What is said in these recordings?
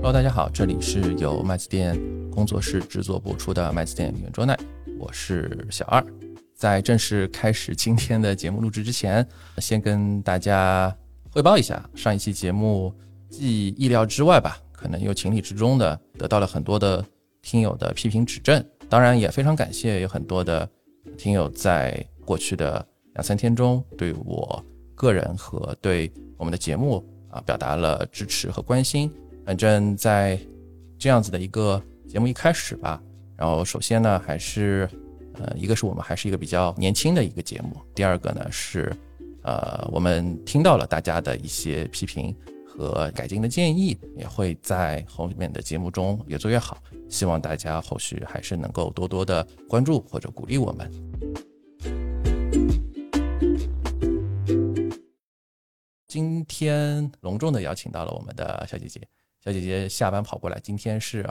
Hello， 大家好，这里是由麦子店工作室制作播出的麦子店圆桌奈，我是小二。在正式开始今天的节目录制之前，先跟大家汇报一下，上一期节目既意料之外吧，可能又情理之中的得到了很多的听友的批评指正，当然也非常感谢有很多的听友在过去的2-3天中对我个人和对我们的节目表达了支持和关心。反正在这样子的一个节目一开始吧，然后首先呢还是一个是我们还是一个比较年轻的一个节目，第二个呢是我们听到了大家的一些批评和改进的建议，也会在后面的节目中越做越好，希望大家后续还是能够多多的关注或者鼓励我们。今天隆重的邀请到了我们的小姐姐，小姐姐下班跑过来，今天是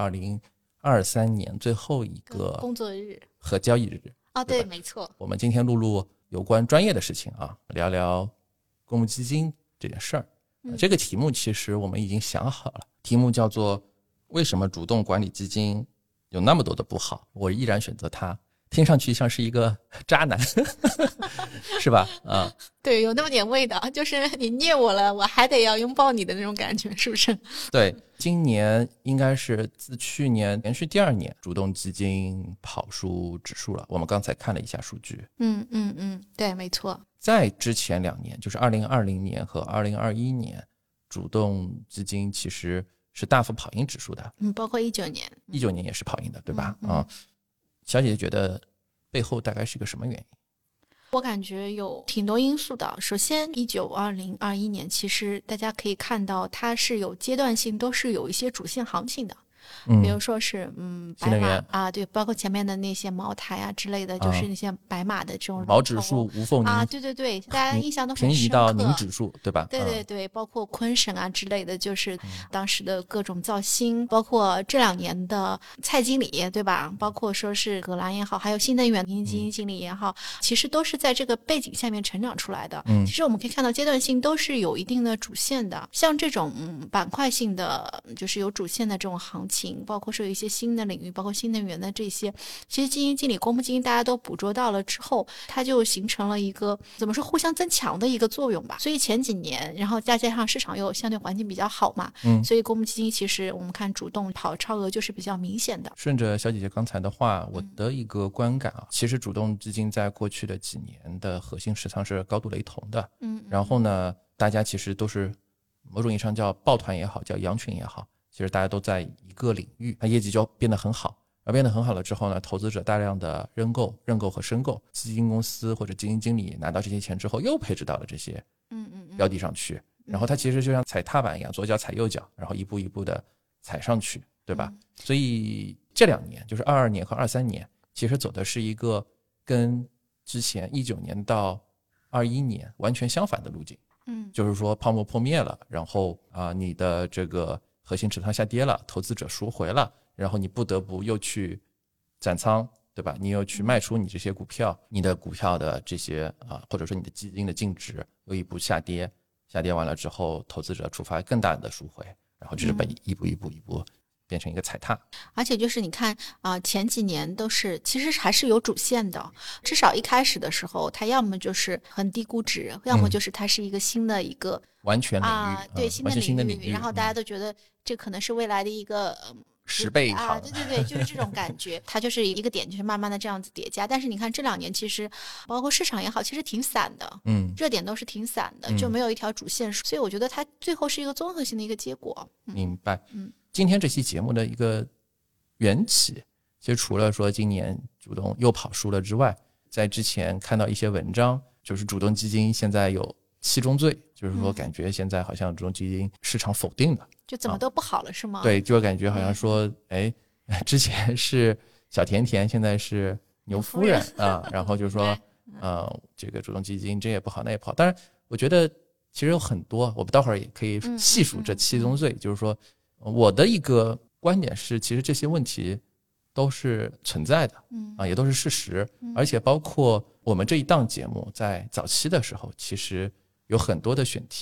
2023年最后一个工作日和交易日对，没错。 我们今天录有关专业的事情聊聊公募基金这件事儿。这个题目其实我们已经想好了，题目叫做为什么主动管理基金有那么多的不好，我依然选择它。听上去像是一个渣男是吧？ 对，有那么点味道，就是你虐我了我还得要拥抱你的那种感觉，是不是？ 对，今年应该是自去年连续第2年主动基金跑输指数了，我们刚才看了一下数据。 对，没错。 在之前2年，就是2020年和2021年，主动基金其实是大幅跑赢指数的。 包括19年 ，19年也是跑赢的，对吧？小姐姐觉得背后大概是个什么原因？ 我感觉有挺多因素的。首先19、20、21年其实大家可以看到它是有阶段性，都是有一些主线行情的。比如说是白马对，包括前面的那些茅台之类的，就是那些白马的这种毛指数、无缝对，大家印象都很深刻。 平移到宁指数，对吧？ 对，包括昆省之类的，就是当时的各种造星，包括这2年的蔡经理，对吧？包括说是葛兰也好，还有新能源基金经理也好，其实都是在这个背景下面成长出来的。其实我们可以看到阶段性都是有一定的主线的，像这种板块性的，就是有主线的这种行情，包括说有一些新的领域，包括新能源的这些，其实基金经理、公募基金大家都捕捉到了之后，它就形成了一个怎么说互相增强的一个作用吧。所以前几年，然后再加上市场又相对环境比较好嘛，所以公募基金其实我们看主动跑超额就是比较明显的。 顺着小姐姐刚才的话，我的一个观感其实主动基金在过去的几年的核心持仓是高度雷同的。然后呢，大家其实都是某种意义上叫抱团也好，叫羊群也好，其实大家都在一个领域，它业绩就变得很好，而变得很好了之后呢，投资者大量的认购和申购，基金公司或者基金经理拿到这些钱之后，又配置到了这些标的上去，然后它其实就像踩踏板一样，左脚踩右脚，然后一步一步的踩上去，对吧？所以这2年，就是22年和23年，其实走的是一个跟之前19年到21年完全相反的路径。就是说泡沫破灭了，然后你的这个核心持仓下跌了，投资者赎回了，然后你不得不又去斩仓，对吧？你又去卖出你这些股票，你的股票的这些或者说你的基金的净值又一步下跌完了之后，投资者触发更大的赎回，然后就是被一步变成一个踩踏。 而且就是你看前几年都是其实还是有主线的，至少一开始的时候它要么就是很低估值，要么就是它是一个新的一个完全领域对，新的领域， 然后大家都觉得这可能是未来的一个 10倍行对，就是这种感觉它就是一个点，就是慢慢的这样子叠加。但是你看这2年其实包括市场也好，其实挺散的，热点都是挺散的，就没有一条主线，所以我觉得它最后是一个综合性的一个结果。 明白。今天这期节目的一个缘起，其实除了说今年主动又跑输了之外，在之前看到一些文章，就是主动基金现在有七宗罪，就是说感觉现在好像主动基金市场否定的， 就怎么都不好了，是吗？ 对，就感觉好像说之前是小甜甜，现在是牛夫人然后就说这个主动基金这也不好那也不好。当然我觉得其实有很多，我们待会儿也可以细数这七宗罪，就是说我的一个观点是，其实这些问题都是存在的也都是事实，而且包括我们这一档节目在早期的时候，其实有很多的选题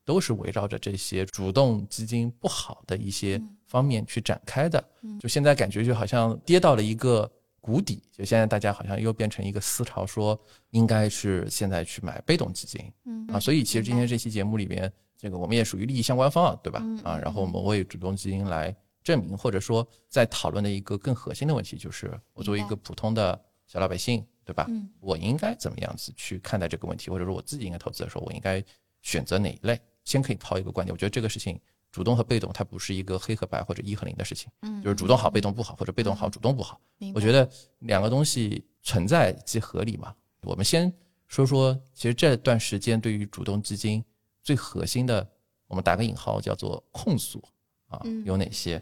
都是围绕着这些主动基金不好的一些方面去展开的。就现在感觉就好像跌到了一个谷底，就现在大家好像又变成一个思潮，说应该是现在去买被动基金。所以其实今天这期节目里边，这个我们也属于利益相关方，对吧？然后我们为主动基金来证明，或者说在讨论的一个更核心的问题，就是我作为一个普通的小老百姓，对吧？我应该怎么样子去看待这个问题，或者说我自己应该投资的时候，我应该选择哪一类？先可以抛一个观点，我觉得这个事情主动和被动它不是一个黑和白或者1和0的事情，就是主动好被动不好，或者被动好主动不好。我觉得两个东西存在即合理嘛。我们先说说，其实这段时间对于主动基金最核心的，我们打个引号叫做控诉有哪些？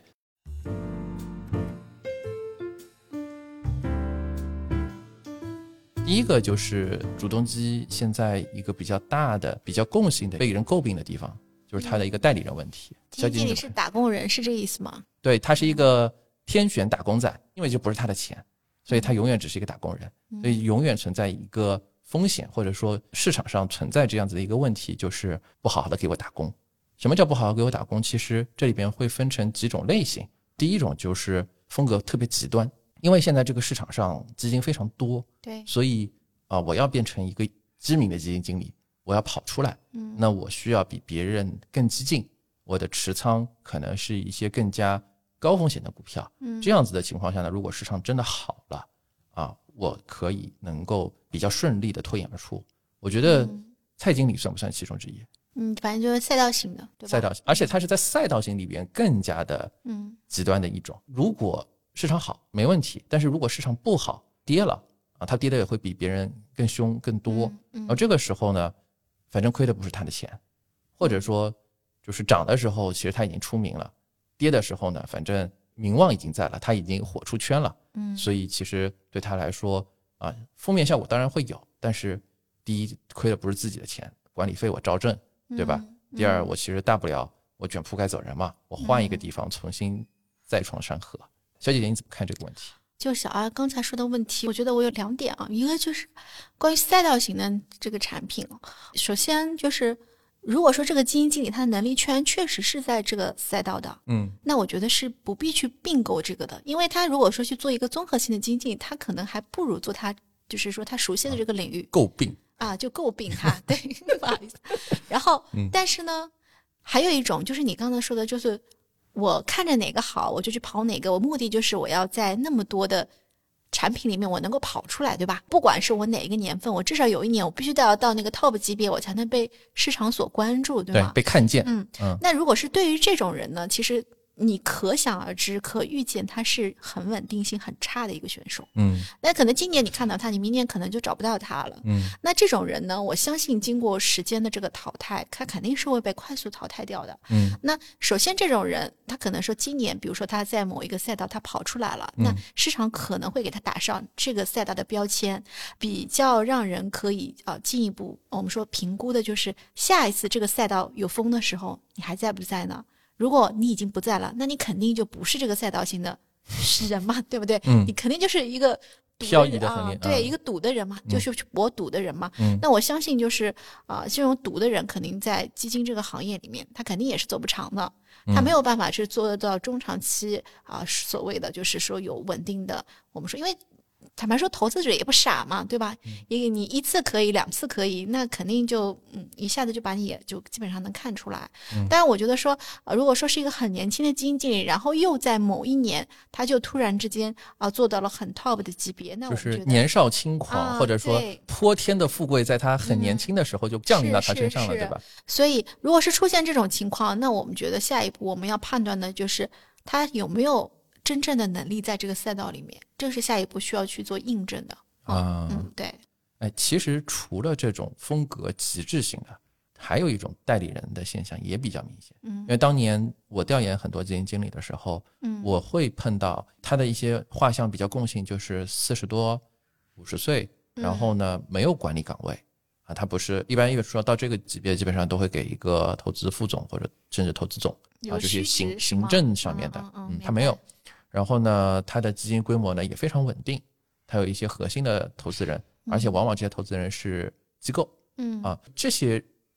第一个就是主动基现在一个比较大的、比较共性的被人诟病的地方，就是它的一个代理人问题。 基金经理是打工人，是这意思吗？ 对，他是一个天选打工仔，因为就不是他的钱，所以他永远只是一个打工人，所以永远存在一个风险，或者说市场上存在这样子的一个问题，就是不好好的给我打工。什么叫不好好给我打工？其实这里边会分成几种类型。第一种就是风格特别极端，因为现在这个市场上基金非常多， 对， 所以我要变成一个知名的基金经理，我要跑出来，那我需要比别人更激进，我的持仓可能是一些更加高风险的股票，这样子的情况下呢，如果市场真的好了我可以能够比较顺利的脱颖而出。我觉得蔡经理算不算其中之一？ 反正就是赛道型的，对吧？ 赛道型，而且它是在赛道型里边更加的极端的一种。如果市场好没问题，但是如果市场不好跌了它跌的也会比别人更凶更多，然后这个时候呢，反正亏的不是他的钱，或者说就是涨的时候其实他已经出名了，跌的时候呢，反正名望已经在了，他已经火出圈了，所以其实对他来说负面效果当然会有，但是第一亏的不是自己的钱，管理费我照挣，对吧？第二，我其实大不了我卷铺盖走人嘛，我换一个地方重新再创山河。小姐姐你怎么看这个问题？ 就小二刚才说的问题，我觉得我有2点一个就是关于赛道型的这个产品首先就是如果说这个基金经理他的能力圈确实是在这个赛道的，那我觉得是不必去并购这个的，因为他如果说去做一个综合性的基金经理，他可能还不如做他就是说他熟悉的这个领域。 诟病就诟病他，对，不好意思。然后，但是呢，还有一种就是你刚才说的，就是我看着哪个好，我就去跑哪个，我目的就是我要在那么多的产品里面我能够跑出来，对吧？不管是我哪一个年份，我至少有一年我必须都要到那个 top 级别，我才能被市场所关注，对吧？ 对，被看见。 那如果是对于这种人呢，其实你可想而知可预见他是很稳定性很差的一个选手。那可能今年你看到他，你明年可能就找不到他了。那这种人呢，我相信经过时间的这个淘汰，他肯定是会被快速淘汰掉的。那首先这种人他可能说今年比如说他在某一个赛道他跑出来了，那市场可能会给他打上这个赛道的标签，比较让人可以进一步我们说评估的就是下一次这个赛道有风的时候你还在不在呢？如果你已经不在了，那你肯定就不是这个赛道型的人嘛，对不对？你肯定就是一个漂移的行业， 对，一个赌的人嘛，就是博赌的人嘛。那我相信就是这种赌的人肯定在基金这个行业里面，他肯定也是走不长的，他没有办法是做得到中长期所谓的就是说有稳定的，我们说因为坦白说投资者也不傻嘛，对吧？你1次可以2次可以，那肯定就一下子就把你也就基本上能看出来。但是我觉得说如果说是一个很年轻的基金经理，然后又在某一年他就突然之间做到了很 top 的级别，那我就是年少轻狂，或者说泼天的富贵在他很年轻的时候就降临到他身上了，对吧？ 所以如果是出现这种情况，那我们觉得下一步我们要判断的就是他有没有真正的能力在这个赛道里面，这是下一步需要去做印证的对。 其实除了这种风格极致型的，还有一种代理人的现象也比较明显。因为当年我调研很多基金经理的时候，我会碰到他的一些画像比较共性，就是40多50岁，然后呢没有管理岗位他不是一般说到这个级别基本上都会给一个投资副总或者甚至投资总就是行政上面的他没有。然后呢他的基金规模呢也非常稳定，他有一些核心的投资人，而且往往这些投资人是机构这些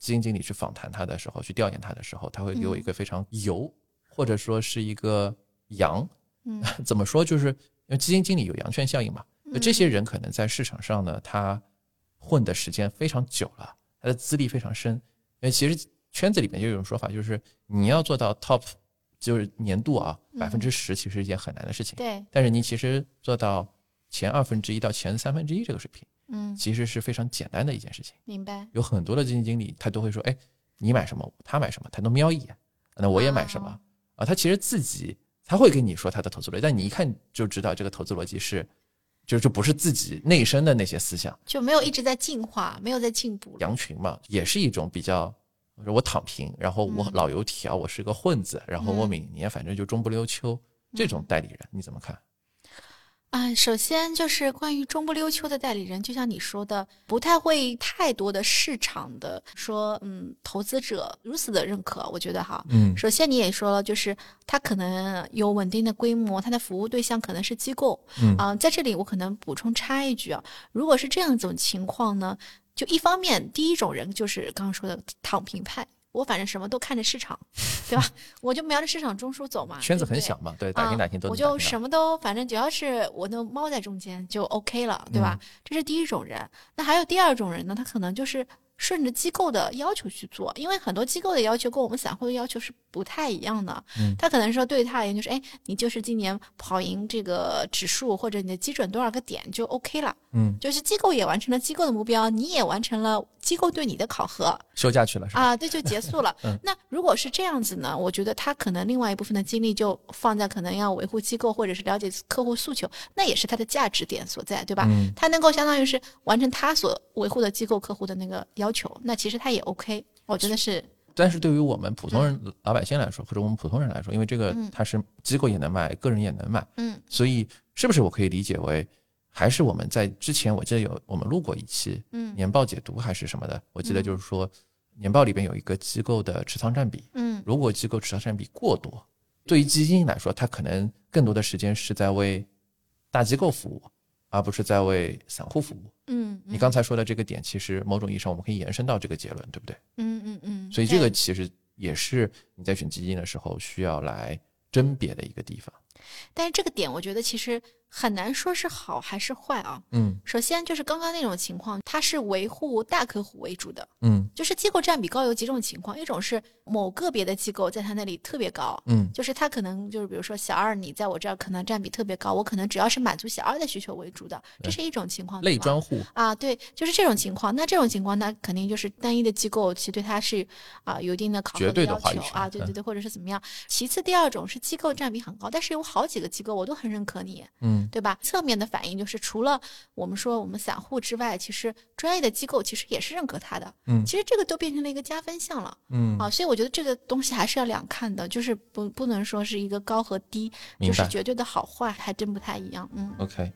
基金经理去访谈他的时候，去调研他的时候，他会给我一个非常油，或者说是一个阳。怎么说？就是因为基金经理有羊圈效应嘛，这些人可能在市场上呢，他混的时间非常久了，他的资历非常深。因为其实圈子里面就有一种说法，就是你要做到 top， 就是年度啊10%，其实是一件很难的事情。 对， 但是你其实做到前1/2到前1/3这个水平，其实是非常简单的一件事情。 明白。 有很多的基金经理他都会说，哎，你买什么，他买什么，他都瞄一眼，那我也买什么啊？他其实自己他会跟你说他的投资逻辑，但你一看就知道这个投资逻辑是，就不是自己内生的那些思想， 就没有一直在进化，没有在进步。 羊群嘛，也是一种比较，我躺平，然后我老油条，我是个混子，然后我每年反正就中不溜秋，这种代理人你怎么看？ 首先就是关于中不溜秋的代理人，就像你说的，不太会太多的市场的说，投资者如此的认可，我觉得哈，首先你也说了，就是他可能有稳定的规模，他的服务对象可能是机构，在这里我可能补充插一句啊，如果是这样一种情况呢，就一方面，第一种人就是刚刚说的躺平派。我反正什么都看着市场，对吧？我就瞄着市场中枢走嘛。 圈子很小嘛，对，打听打听都能打听到。 我就什么都，反正只要是我能猫在中间就 OK 了，对吧？这是第一种人。那还有第二种人呢，他可能就是顺着机构的要求去做，因为很多机构的要求跟我们散户的要求是不太一样的。他可能说对他而言就是，哎，你就是今年跑赢这个指数或者你的基准多少个点就 OK 了。就是机构也完成了机构的目标，你也完成了机构对你的考核， 休假去了是吧？ 啊，对，就结束了。那如果是这样子呢，我觉得他可能另外一部分的精力就放在可能要维护机构或者是了解客户诉求，那也是他的价值点所在，对吧？他能够相当于是完成他所维护的机构客户的那个要求，那其实他也 OK， 我觉得是。 但是对于我们普通人、老百姓来说，或者我们普通人来说，因为这个它是机构也能买，个人也能买，所以是不是我可以理解为，还是我们在之前我记得我们录过一期年报解读还是什么的，我记得就是说年报里边有一个机构的持仓占比，如果机构持仓占比过多，对于基金来说，它可能更多的时间是在为大机构服务，而不是在为散户服务。你刚才说的这个点，其实某种意义上我们可以延伸到这个结论，对不对？所以这个其实也是你在选基金的时候需要来甄别的一个地方。 但是这个点我觉得其实很难说是好还是坏啊。首先就是刚刚那种情况，它是维护大客户为主的。就是机构占比高有几种情况，一种是某个别的机构在他那里特别高，就是他可能就是比如说小二你在我这儿可能占比特别高，我可能主要是满足小二的需求为主的，这是一种情况。 类专户啊，对，就是这种情况。那这种情况那肯定就是单一的机构其实对他是有一定的考核的要求啊，对对对，或者是怎么样。其次第二种是机构占比很高，但是有好几个机构我都很认可你，对吧？侧面的反应就是除了我们说我们散户之外，其实专业的机构其实也是认可他的，其实这个都变成了一个加分项了，所以我觉得这个东西还是要两看的，就是不能说是一个高和低，就是绝对的好坏还真不太一样。 OK，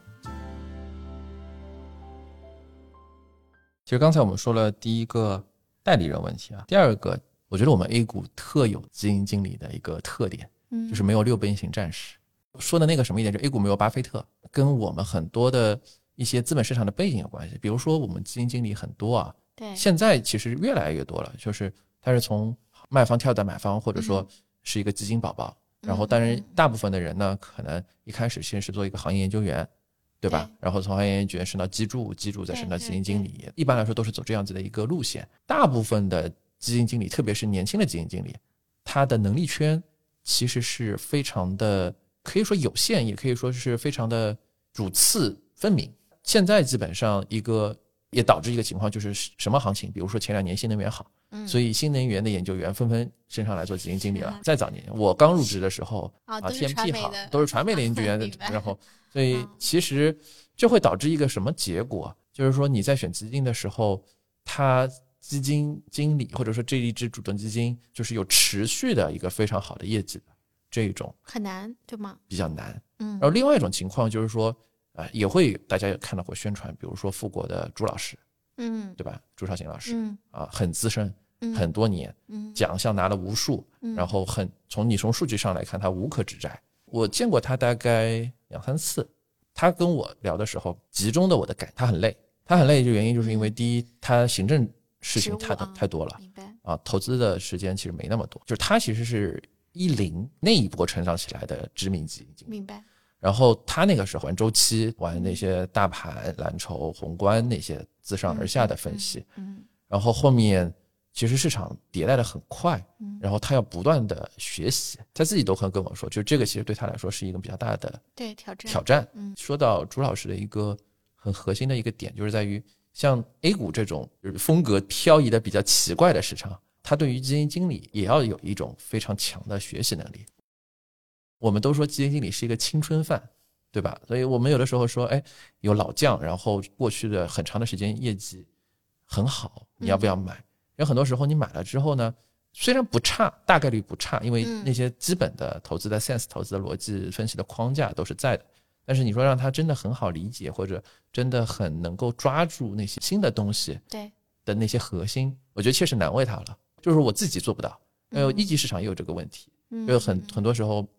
其实刚才我们说了第一个代理人问题啊，第二个我觉得我们 A 股特有基金经理的一个特点，就是没有六边形战士。说的那个什么一点，就 A 股没有巴菲特，跟我们很多的一些资本市场的背景有关系。比如说我们基金经理很多啊， 对， 现在其实越来越多了，就是他是从卖方跳到买方，或者说是一个基金宝宝。然后当然大部分的人呢，可能一开始先是做一个行业研究员，对吧？然后从行业研究员升到基柱再升到基金经理，一般来说都是走这样子的一个路线。大部分的基金经理，特别是年轻的基金经理，他的能力圈其实是非常的，可以说有限，也可以说是非常的主次分明。现在基本上也导致一个情况，就是什么行情，比如说前2年新能源好，所以新能源的研究员纷纷升上来做基金经理了。再早年我刚入职的时候TMT 好，都是传媒的研究员然后所以其实这会导致一个什么结果，就是说你在选基金的时候，他基金经理或者说这一支主动基金就是有持续的一个非常好的业绩的这一种很难，对吗？ 比较难。然后另外一种情况就是说也会大家也看到过宣传，比如说富国的朱老师，对吧？朱少醒老师，很资深，很多年，奖项拿了无数，然后从数据上来看，他无可指摘。我见过他大概2-3次，他跟我聊的时候，集中的我的感，他很累，就原因就是因为第一，他行政事情太多了， 明白投资的时间其实没那么多，就是他其实是10那一波成长起来的知名基金经理， 明白。 然后他那个时候玩周期，玩那些大盘、蓝筹、宏观那些自上而下的分析，然后后面其实市场迭代的很快，然后他要不断的学习，他自己都会跟我说，就这个其实对他来说是一个比较大的挑战。说到朱老师的一个很核心的一个点，就是在于像 A 股这种风格漂移的比较奇怪的市场，他对于基金经理也要有一种非常强的学习能力。我们都说基金经理是一个青春饭，对吧？所以我们有的时候说，有老将，然后过去的很长的时间业绩很好，你要不要买？有很多时候你买了之后呢，虽然不差，大概率不差，因为那些基本的投资的 sense、投资的逻辑分析的框架都是在的。但是你说让他真的很好理解，或者真的很能够抓住那些新的东西的那些核心，我觉得确实难为他了。就是我自己做不到，一级市场也有这个问题，就很多时候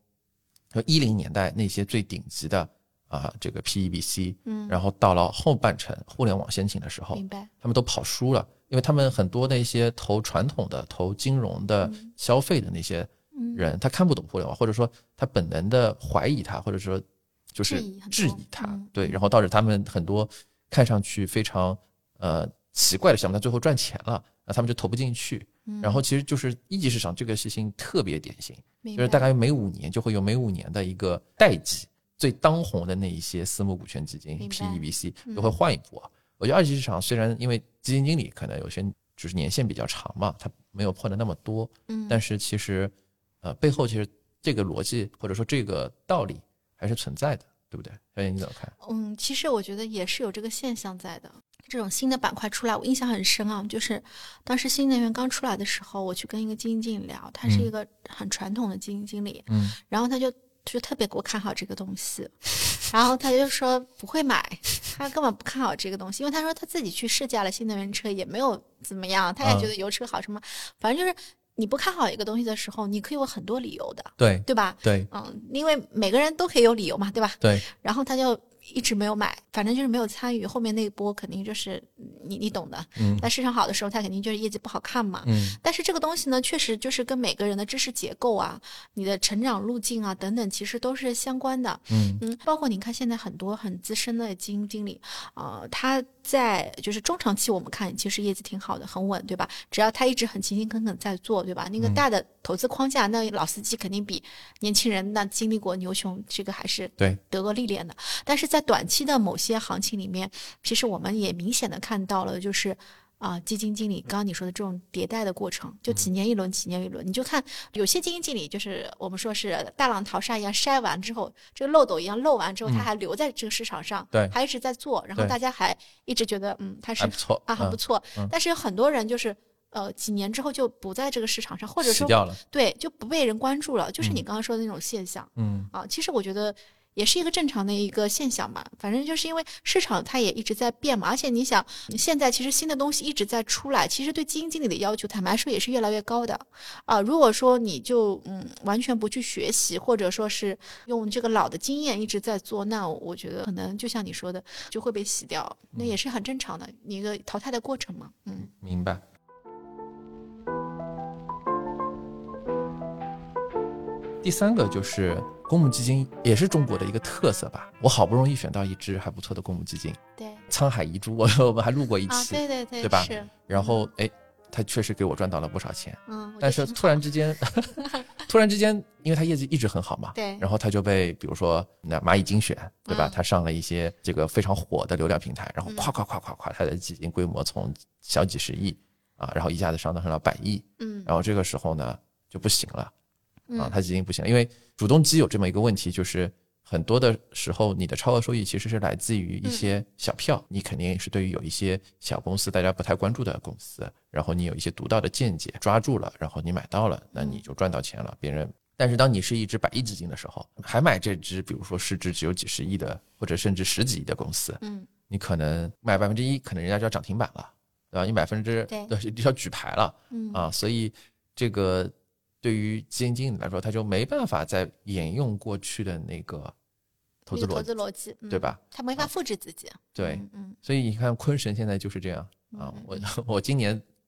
，10年代那些最顶级的这个 PEBC，然后到了后半程互联网先行的时候，他们都跑输了，因为他们很多的一些投传统的、投金融的、消费的那些人，他看不懂互联网，或者说他本能的怀疑它，或者说就是质疑它，对，然后导致他们很多看上去非常奇怪的项目，他最后赚钱了，那他们就投不进去。然后其实就是一级市场这个事情特别典型，就是大概每5年就会有每5年的一个代际最当红的那一些私募股权基金 PEBC 就会换一波。我觉得二级市场虽然因为基金经理可能有些就是年限比较长嘛，他没有碰的那么多，但是其实背后其实这个逻辑或者说这个道理还是存在的，对不对？小燕你怎么看？ 其实我觉得也是有这个现象在的。这种新的板块出来，我印象很深啊，就是当时新能源刚出来的时候，我去跟一个基金经理聊，他是一个很传统的基金经理，然后他就特别给我看好这个东西，然后他就说不会买，他根本不看好这个东西，因为他说他自己去试驾了新能源车也没有怎么样，他也觉得油车好什么，反正就是你不看好一个东西的时候，你可以有很多理由的，对吧？ 对， 因为每个人都可以有理由嘛，对吧？ 对。 然后他就一直没有买，反正就是没有参与，后面那一波肯定就是你懂的。在市场好的时候，他肯定就是业绩不好看嘛。但是这个东西呢，确实就是跟每个人的知识结构啊、你的成长路径啊等等，其实都是相关的。包括你看现在很多很资深的基金经理，他在就是中长期我们看其实业绩挺好的，很稳，对吧？只要他一直很勤勤恳恳在做，对吧？那个大的投资框架，那老司机肯定比年轻人那经历过牛熊，这个还是得过历练的。但是在短期的某些行情里面，其实我们也明显的看到了，就是基金经理刚刚你说的这种迭代的过程，就几年一轮，几年一轮。你就看有些基金经理，就是我们说是大浪淘沙一样筛完之后，这个漏斗一样漏完之后，他还留在这个市场上，还一直在做，然后大家还一直觉得他是还不错很不错。但是有很多人就是几年之后就不在这个市场上，或者说死掉了， 对，就不被人关注了，就是你刚刚说的那种现象。其实我觉得也是一个正常的一个现象吧，反正就是因为市场它也一直在变嘛，而且你想现在其实新的东西一直在出来，其实对基金经理的要求坦白说也是越来越高的如果说你就完全不去学习，或者说是用这个老的经验一直在做，那我觉得可能就像你说的就会被洗掉，那也是很正常的一个淘汰的过程嘛。 明白。第三个就是公募基金，也是中国的一个特色吧。我好不容易选到一支还不错的公募基金， 对， 沧海遗珠，我们还录过一期， 对吧？ 是。 然后他确实给我赚到了不少钱，但是突然之间，因为他业绩一直很好嘛， 对， 然后他就被比如说那蚂蚁精选，对吧？他上了一些这个非常火的流量平台，然后夸，他的基金规模从小几十亿然后一下子上到了100亿，然后这个时候呢就不行了。他基金不行，因为主动基有这么一个问题，就是很多的时候你的超额收益其实是来自于一些小票，你肯定是对于有一些小公司大家不太关注的公司，然后你有一些独到的见解抓住了，然后你买到了，那你就赚到钱了。别人但是当你是一只100亿基金的时候，还买这只比如说市值只有几十亿的或者甚至10几亿的公司，你可能买1%，可能人家就要涨停板了，对吧？你就要举牌了所以这个对于基金经理来说，他就没办法再沿用过去的那个投资逻辑，对吧？ 他没法复制自己。 对，所以你看昆神现在就是这样我今年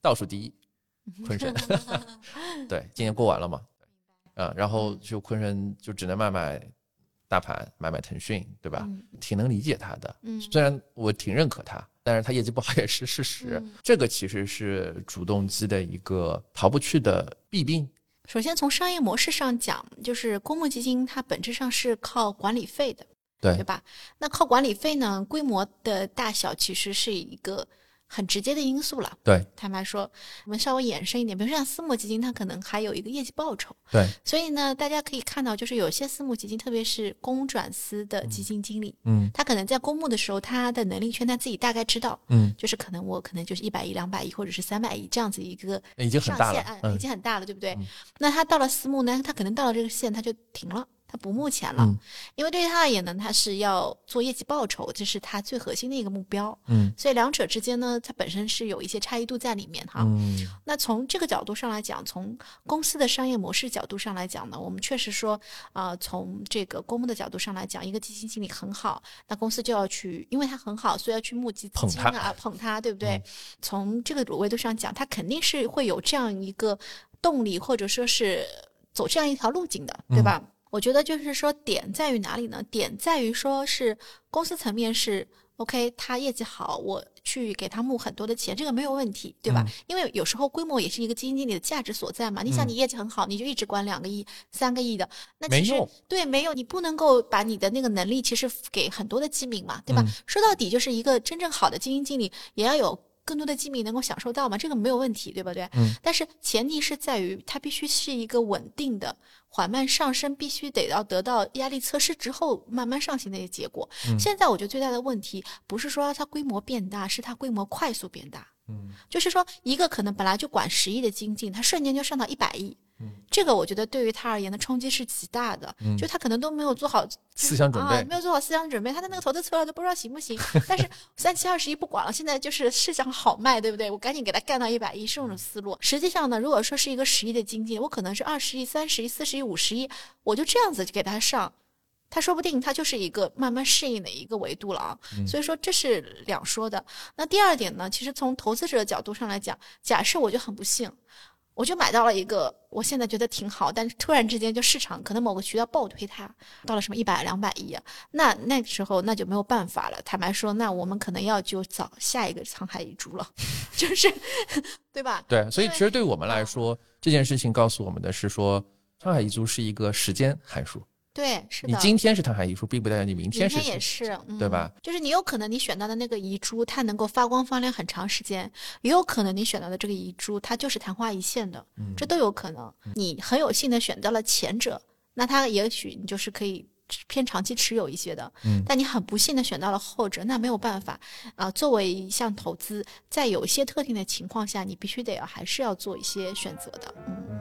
倒数第一，昆神。对，今年过完了嘛，然后就昆神就只能买大盘，买腾讯，对吧？挺能理解他的，虽然我挺认可他，但是他业绩不好也是事实。这个其实是主动基的一个逃不去的弊病。 首先从商业模式上讲，就是公募基金它本质上是靠管理费的，对吧？那靠管理费呢，规模的大小其实是一个很直接的因素了。 对， 坦白说，我们稍微延伸一点，比如说像私募基金，它可能还有一个业绩报酬。 对， 所以呢，大家可以看到，就是有些私募基金，特别是公转私的基金经理，他可能在公募的时候，他的能力圈他自己大概知道，就是可能就是100亿、200亿或者是300亿这样子一个已经很大了， 已经很大了，对不对？那他到了私募呢，他可能到了这个线他就停了。他不募钱了，因为对于他而言呢，他是要做业绩报酬，这是他最核心的一个目标。所以两者之间呢，它本身是有一些差异度在里面哈。那从这个角度上来讲，从公司的商业模式角度上来讲呢，我们确实说，从这个公募的角度上来讲，一个基金经理很好，那公司就要去，因为他很好，所以要去募集资金啊，捧他，对不对？从这个维度上讲，他肯定是会有这样一个动力，或者说是走这样一条路径的，对吧？我觉得就是说点在于哪里呢？点在于说是公司层面是 OK， 他业绩好，我去给他募很多的钱，这个没有问题，对吧？因为有时候规模也是一个基金经理的价值所在嘛。你想你业绩很好，你就一直管2个亿、3个亿的，那其实没有，你不能够把你的那个能力其实给很多的基民嘛，对吧？说到底就是一个真正好的基金经理也要有更多的基民能够享受到嘛，这个没有问题，对不对？但是前提是在于它必须是一个稳定的缓慢上升，必须得要得到压力测试之后慢慢上行的一个结果。现在我觉得最大的问题不是说它规模变大，是它规模快速变大。就是说一个可能本来就管10亿的基金，它瞬间就上到100亿。这个我觉得对于他而言的冲击是极大的，就他可能都没有做好思想准备， 没有做好思想准备，他的那个投资策略都不知道行不行。但是37、20亿不管了，现在就是市场好卖，对不对？我赶紧给他干到100亿，是这种思路。实际上呢，如果说是一个10亿的经济，我可能是20亿、30亿、40亿、50亿，我就这样子给他上。他说不定他就是一个慢慢适应的一个维度了啊，所以说这是两说的。那第二点呢，其实从投资者的角度上来讲，假设我就很不幸，我就买到了一个我现在觉得挺好，但是突然之间就市场可能某个渠道暴推它到了什么100、200亿啊，那个时候那就没有办法了。坦白说，那我们可能要就找下一个沧海遗珠了，就是对吧？ 对，所以其实对我们来说，这件事情告诉我们的是说，沧海遗珠是一个时间函数。 对，是的。 你今天是沧海遗珠，并不代表你明天也是， 对吧？ 就是你有可能你选到的那个遗珠，它能够发光发亮很长时间，也有可能你选到的这个遗珠，它就是昙花一现的，这都有可能。你很有幸的选到了前者，那它也许你就是可以偏长期持有一些的，但你很不幸的选到了后者，那没有办法作为一项投资，在有一些特定的情况下，你必须得还是要做一些选择的。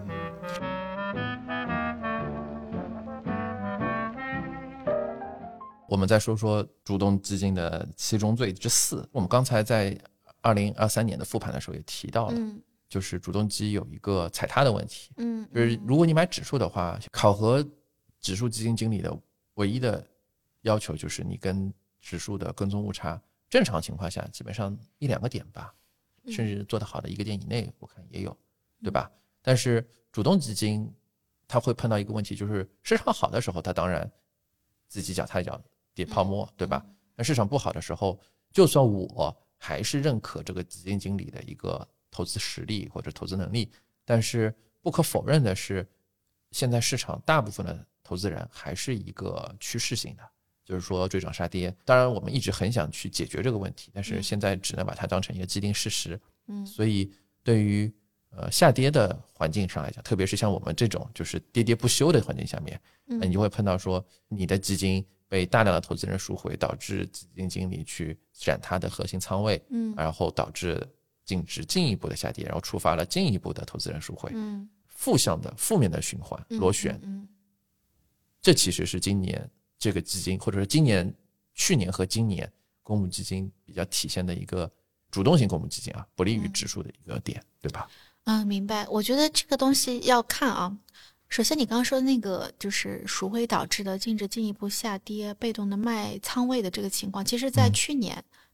我们再说说主动基金的七宗罪之4。我们刚才在2023年的复盘的时候也提到了，就是主动基有一个踩踏的问题。就是如果你买指数的话，考核指数基金经理的唯一的要求就是你跟指数的跟踪误差，正常情况下基本上1-2个点吧，甚至做得好的1个点以内，我看也有，对吧？但是主动基金它会碰到一个问题，就是市场好的时候，它当然自己脚踏脚跌泡沫，对吧？那市场不好的时候，就算我还是认可这个基金经理的一个投资实力或者投资能力，但是不可否认的是，现在市场大部分的投资人还是一个趋势性的，就是说追涨杀跌。当然我们一直很想去解决这个问题，但是现在只能把它当成一个既定事实。所以对于下跌的环境上来讲，特别是像我们这种就是跌跌不休的环境下面，你就会碰到说你的基金被大量的投资人赎回，导致基金经理去斩他的核心仓位，然后导致净值进一步的下跌，然后触发了进一步的投资人赎回，负向的负面的循环螺旋。这其实是今年这个基金，或者是去年和今年公募基金比较体现的一个主动型公募基金不利于指数的一个点，对吧？ 明白。我觉得这个东西要看啊。首先你刚刚说的那个就是赎回导致的净值进一步下跌，被动的卖仓位的这个情况，其实在去年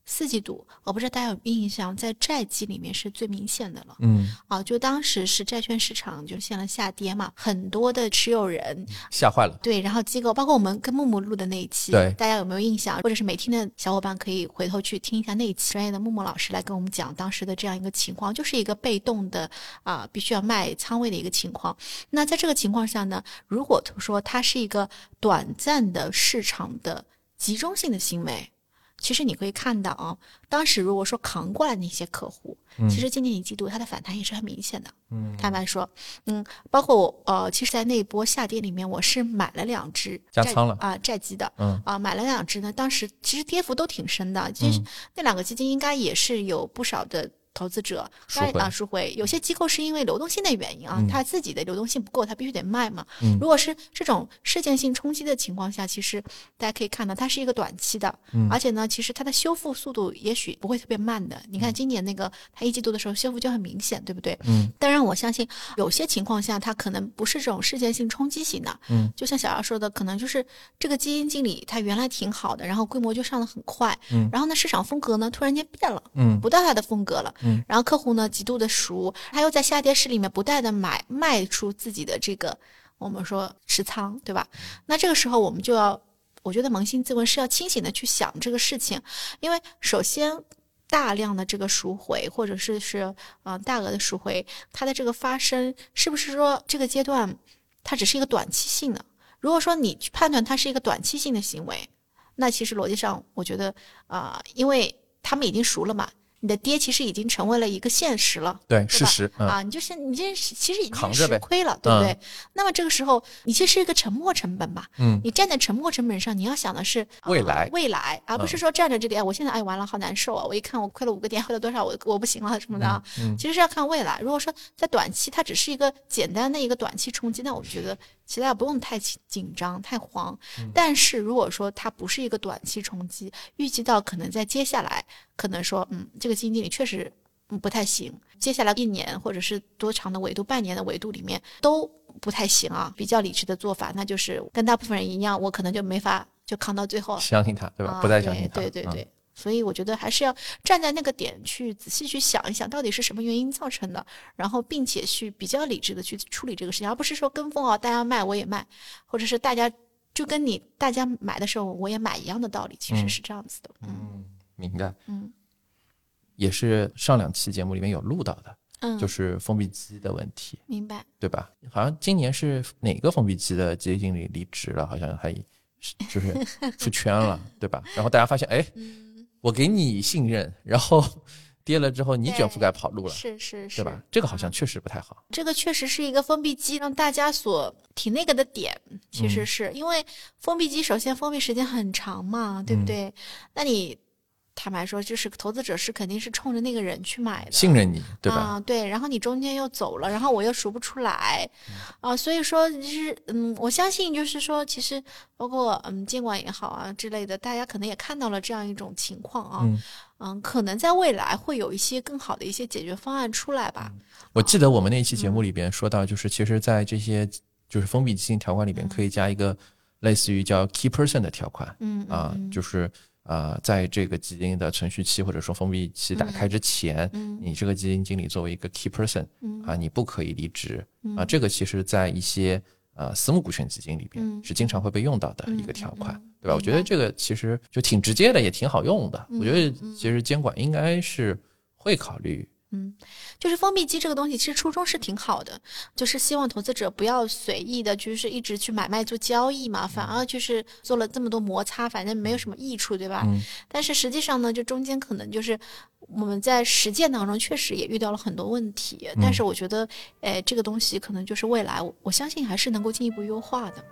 4季度，我不知道大家有印象，在债基里面是最明显的了。就当时是债券市场就陷了下跌嘛，很多的持有人吓坏了。 对，然后机构包括我们跟木木录的那一期， 对， 大家有没有印象？或者是没听的小伙伴可以回头去听一下那一期，专业的木木老师来跟我们讲当时的这样一个情况，就是一个被动的必须要卖仓位的一个情况。那在这个情况下呢，如果说它是一个短暂的市场的集中性的行为，其实你可以看到当时如果说扛过来那些客户，其实今年1季度它的反弹也是很明显的。坦白说，包括我其实在那一波下跌里面，我是买了2只加仓了债基的，买了2只呢，当时其实跌幅都挺深的，其实那2个基金应该也是有不少的投资者赎回，有些机构是因为流动性的原因他自己的流动性不够，他必须得卖嘛。如果是这种事件性冲击的情况下，其实大家可以看到它是一个短期的，而且呢，其实它的修复速度也许不会特别慢的。你看今年那个它1季度的时候修复就很明显，对不对？当然我相信有些情况下它可能不是这种事件性冲击型的，就像小姚说的，可能就是这个基金经理他原来挺好的，然后规模就上得很快，然后呢市场风格呢突然间变了，不到他的风格了。然后客户呢极度的赎，他又在下跌市里面不断的卖出自己的这个我们说持仓，对吧？那这个时候我们就要，我觉得扪心自问是要清醒的去想这个事情，因为首先大量的这个赎回或者是大额的赎回，它的这个发生是不是说这个阶段它只是一个短期性的？如果说你去判断它是一个短期性的行为，那其实逻辑上我觉得因为他们已经赎了嘛，你的跌其实已经成为了一个现实了， 对，事实你这其实已经是吃亏了，对不对？那么这个时候你其实是一个沉没成本吧，你站在沉没成本上，你要想的是未来，而不是说站在这里，我现在完了好难受啊，我一看我亏了5个点，亏了多少，我不行了什么的其实是要看未来。如果说在短期它只是一个简单的一个短期冲击，那我觉得其他不用太紧张太慌，但是如果说它不是一个短期冲击，预计到可能在接下来可能说这个基金经理确实不太行，接下来1年或者是多长的维度，半年的维度里面都不太行比较理智的做法那就是跟大部分人一样，我可能就没法就扛到最后， 相信他，对吧？不再相信他。 对，所以我觉得还是要站在那个点去仔细去想一想到底是什么原因造成的，然后并且去比较理智的去处理这个事情，而不是说跟风大家卖我也卖，或者是大家就跟大家买的时候我也买一样的道理，其实是这样子的。 明白。也是上2期节目里面有录到的，就是封闭基的问题。 明白， 对吧？好像今年是哪个封闭基的基金经理离职了，好像还就是出圈了，对吧？然后大家发现，我给你信任，然后跌了之后你卷铺盖跑路了， 是， 对吧？这个好像确实不太好。 这个确实是一个封闭基让大家所挺那个的点，其实是因为封闭基首先封闭时间很长嘛，对不对？那你坦白说，就是投资者是肯定是冲着那个人去买的， 信任你，对吧？ 对，然后你中间又走了，然后我又赎不出来，所以说其实我相信就是说，其实包括监管也好之类的，大家可能也看到了这样一种情况可能在未来会有一些更好的一些解决方案出来吧。 我记得我们那一期节目里边说到，就是其实在这些就是封闭基金条款里边可以加一个类似于叫 key person 的条款，就是在这个基金的存续期或者说封闭期打开之前，你这个基金经理作为一个 key person，你不可以离职这个其实在一些私募股权基金里边是经常会被用到的一个条款，对吧？我觉得这个其实就挺直接的，也挺好用的。我觉得其实监管应该是会考虑。 就是封闭基这个东西其实初衷是挺好的，就是希望投资者不要随意的就是一直去买卖做交易嘛，反而就是做了这么多摩擦，反正没有什么益处，对吧？但是实际上呢，就中间可能就是我们在实践当中确实也遇到了很多问题，但是我觉得这个东西可能就是未来我相信还是能够进一步优化的。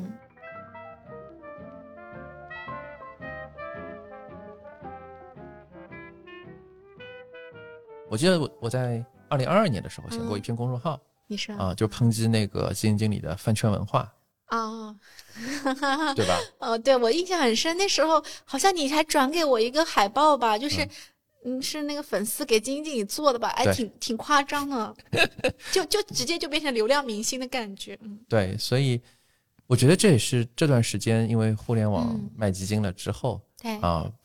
我记得我在2022年的时候写过一篇公众号， 你说就抨击那个基金经理的饭圈文化对吧？ 对，我印象很深，那时候好像你还转给我一个海报吧，就是是那个粉丝给基金经理做的吧，挺夸张的就直接就变成流量明星的感觉。 对，所以我觉得这也是这段时间因为互联网卖基金了之后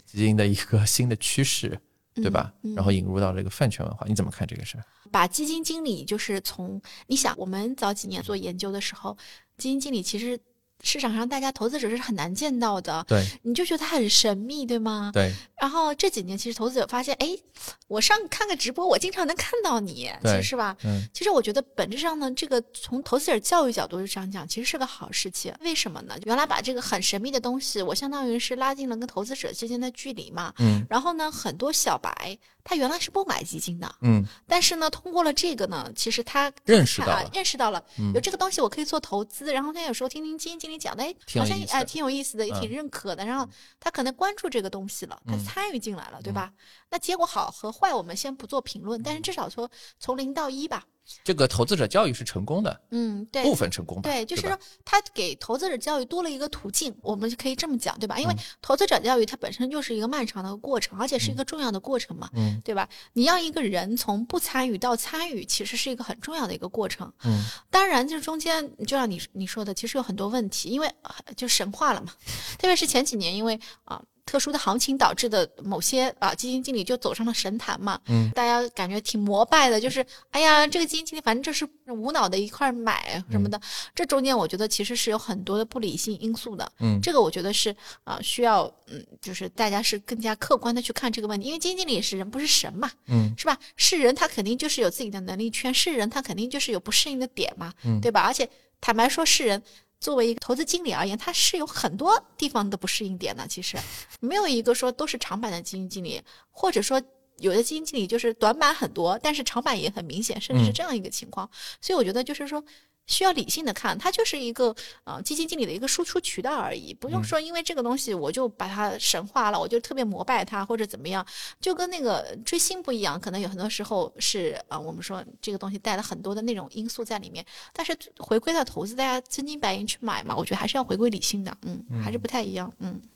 基金的一个新的趋势，对吧？然后引入到这个饭圈文化，你怎么看这个事？ 把基金经理就是你想我们早几年做研究的时候，基金经理其实市场上大家投资者是很难见到的， 对， 你就觉得他很神秘，对吗？ 对。 然后这几年其实投资者发现，哎，我上看个直播，我经常能看到你，其实是吧？其实我觉得本质上呢，这个从投资者教育角度上讲，其实是个好事情。为什么呢？原来把这个很神秘的东西，我相当于是拉近了跟投资者之间的距离嘛。然后呢，很多小白他原来是不买基金的，但是呢，通过了这个呢，其实他认识到了有这个东西我可以做投资，然后他有时候听听基金经理讲的，好像挺有意思的，也挺认可的，然后他可能关注这个东西了，他参与进来了，对吧？那结果好和坏我们先不做评论，但是至少说从0到1吧。 这个投资者教育是成功的， 对， 部分成功吧， 对，就是说他给投资者教育多了一个途径，我们可以这么讲，对吧？因为投资者教育它本身就是一个漫长的过程，而且是一个重要的过程嘛，对吧？你让一个人从不参与到参与，其实是一个很重要的一个过程。当然就是中间就像你说的，其实有很多问题，因为就神话了嘛，特别是前几年因为特殊的行情导致的某些基金经理就走上了神坛嘛，大家感觉挺膜拜的，就是哎呀，这个基金经理反正就是无脑的一块买什么的，这中间我觉得其实是有很多的不理性因素的，这个我觉得是需要就是大家是更加客观的去看这个问题，因为基金经理也是人不是神嘛，是吧？是人他肯定就是有自己的能力圈，是人他肯定就是有不适应的点嘛，对吧？而且坦白说，是人作为一个投资经理而言，他是有很多地方的不适应点的，其实没有一个说都是长板的基金经理，或者说有的基金经理就是短板很多，但是长板也很明显，甚至是这样一个情况。所以我觉得就是说需要理性的看，它就是一个基金经理的一个输出渠道而已，不用说因为这个东西我就把它神化了，我就特别膜拜它或者怎么样，就跟那个追星不一样，可能有很多时候是我们说这个东西带了很多的那种因素在里面，但是回归到投资，大家真金白银去买嘛，我觉得还是要回归理性的，还是不太一样，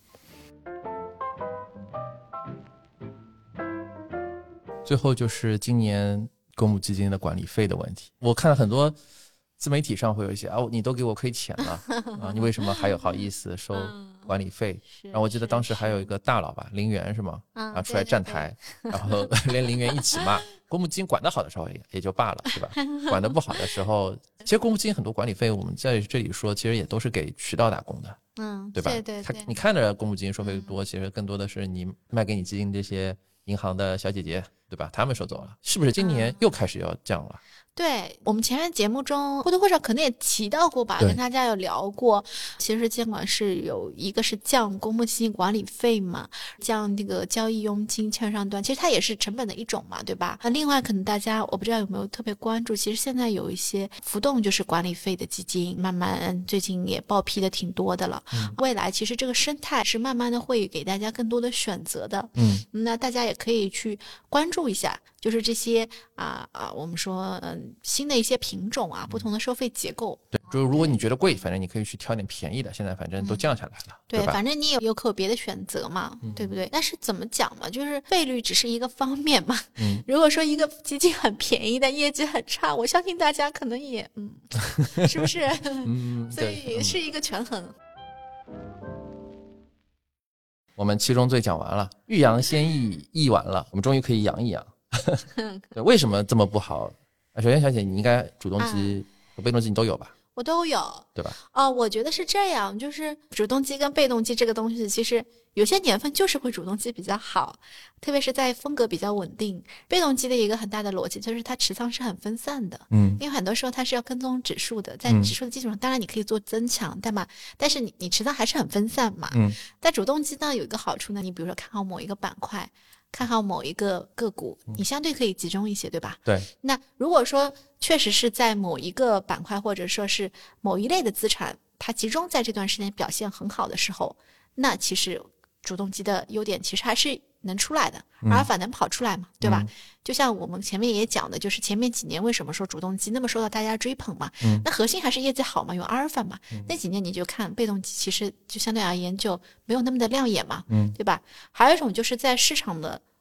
最后就是今年公募基金的管理费的问题，我看了很多自媒体上会有一些你都给我亏钱了你为什么还有好意思收管理费？然后我记得当时还有一个大佬吧，林园是吗？出来站台，然后连林园一起骂。公募基金管得好的时候也就罢了，是吧？管得不好的时候，其实公募基金很多管理费，我们在这里说，其实也都是给渠道打工的，对吧？ 对， 你看着公募基金收费多，其实更多的是你卖给你基金这些银行的小姐姐，对吧？他们收走了，是不是今年又开始要降了？ 对，我们前面节目中或多或少可能也提到过吧，跟大家有聊过，其实监管是有一个是降公募基金管理费嘛，降那个交易佣金券商端，其实它也是成本的一种嘛，对吧？另外可能大家我不知道有没有特别关注，其实现在有一些浮动就是管理费的基金，慢慢最近也报批的挺多的了，未来其实这个生态是慢慢的会给大家更多的选择的，那大家也可以去关注一下，就是这些我们说新的一些品种不同的收费结构。 对，就是如果你觉得贵，反正你可以去挑点便宜的，现在反正都降下来了， 对吧？ 反正你也有可有别的选择嘛，对不对？但是怎么讲嘛，就是费率只是一个方面嘛。如果说一个基金很便宜但业绩很差，我相信大家可能也是不是？所以是一个权衡。 我们七宗罪讲完了，欲扬先抑完了，我们终于可以扬一扬。对，为什么这么不好？首先，小姐，你应该主动基和被动基你都有吧？ 我都有， 对吧？ 我觉得是这样，就是主动基跟被动基这个东西，其实有些年份就是会主动基比较好，特别是在风格比较稳定。被动基的一个很大的逻辑就是它持仓是很分散的，因为很多时候它是要跟踪指数的，在指数的基础上，当然你可以做增强，但是你持仓还是很分散嘛。在主动基呢有一个好处呢，你比如说看好某一个板块，看好某一个个股，你相对可以集中一些，对吧？ 对。 那如果说确实是在某一个板块或者说是某一类的资产，它集中在这段时间表现很好的时候，那其实主动基的优点其实还是能出来的，阿尔法能跑出来嘛，对吧？就像我们前面也讲的，就是前面几年为什么说主动基那么受到大家追捧嘛，那核心还是业绩好嘛，有阿尔法嘛。那几年你就看被动基其实就相对而言就没有那么的亮眼嘛，对吧？还有一种就是在市场的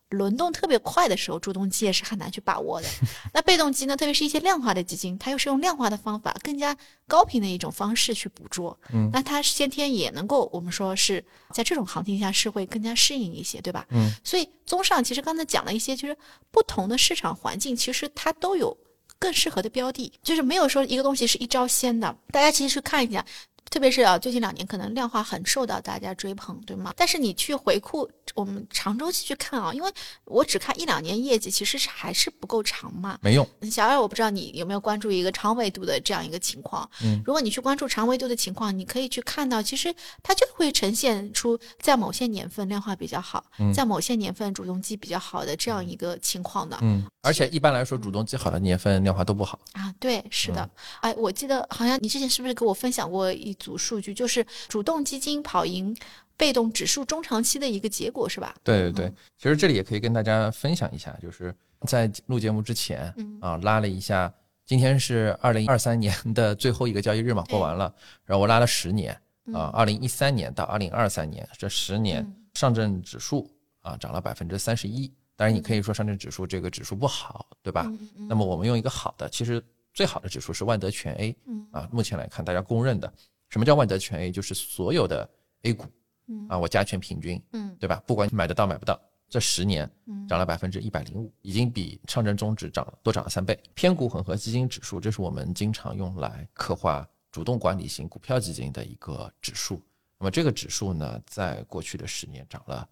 轮动特别快的时候，主动基也是很难去把握的。那被动基呢，特别是一些量化的基金，它又是用量化的方法，更加高频的一种方式去捕捉。那它先天也能够，我们说是在这种行情下是会更加适应一些，对吧？所以综上，其实刚才讲了一些，就是不同的市场环境，其实它都有更适合的标的，就是没有说一个东西是一招鲜的。大家其实去看一下。特别是最近2年可能量化很受到大家追捧，对吗？但是你去回顾我们长周期去看因为我只看1-2年业绩，其实还是不够长嘛， 没用。 小二，我不知道你有没有关注一个长维度的这样一个情况。如果你去关注长维度的情况，你可以去看到，其实它就会呈现出在某些年份量化比较好，在某些年份主动基比较好的这样一个情况的。 而且一般来说，主动基好的年份量化都不好啊。对，是的。我记得好像你之前是不是给我分享过一组数据，就是主动基金跑赢被动指数中长期的一个结果，是吧？ 对对对，其实这里也可以跟大家分享一下，就是在录节目之前拉了一下，今天是2023年的最后一个交易日嘛，过完了，然后我拉了10年2013年到2023年这10年，上证指数涨了31%。当然你可以说上证指数这个指数不好，对吧？那么我们用一个好的，其实最好的指数是万德全 A 目前来看大家公认的。什么叫万德全 A？ 就是所有的 A 股我加权平均，对吧？不管你买得到买不到，这10年涨了105%，已经比上证综指多涨了3倍。偏股混合基金指数，这是我们经常用来刻画主动管理型股票基金的一个指数。那么这个指数呢，在过去的10年涨了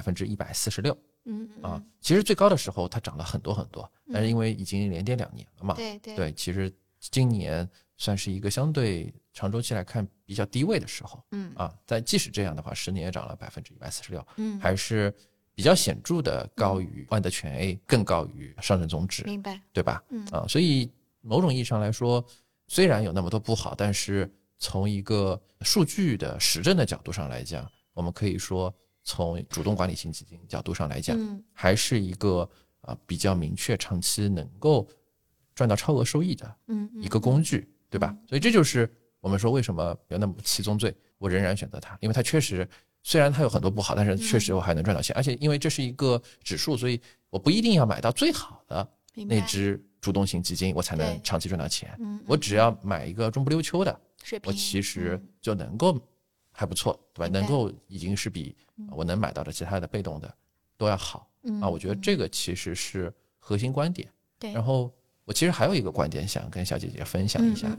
146%。其实最高的时候它涨了很多很多，但是因为已经连跌2年了嘛，对，其实今年算是一个相对长周期来看比较低位的时候，但即使这样的话，10年也涨了146%，还是比较显著的高于万德全 A， 更高于上证综指， 明白， 对吧？所以某种意义上来说，虽然有那么多不好，但是从一个数据的实证的角度上来讲，我们可以说从主动管理型基金角度上来讲，还是一个比较明确长期能够赚到超额收益的一个工具，对吧？所以这就是我们说为什么有那么七宗罪，我仍然选择它，因为它确实虽然它有很多不好，但是确实我还能赚到钱，而且因为这是一个指数，所以我不一定要买到最好的那只主动型基金我才能长期赚到钱，我只要买一个中不溜秋的，我其实就能够还不错，对吧？能够已经是比我能买到的其他的被动的都要好我觉得这个其实是核心观点。 对， 然后我其实还有一个观点想跟小姐姐分享一下，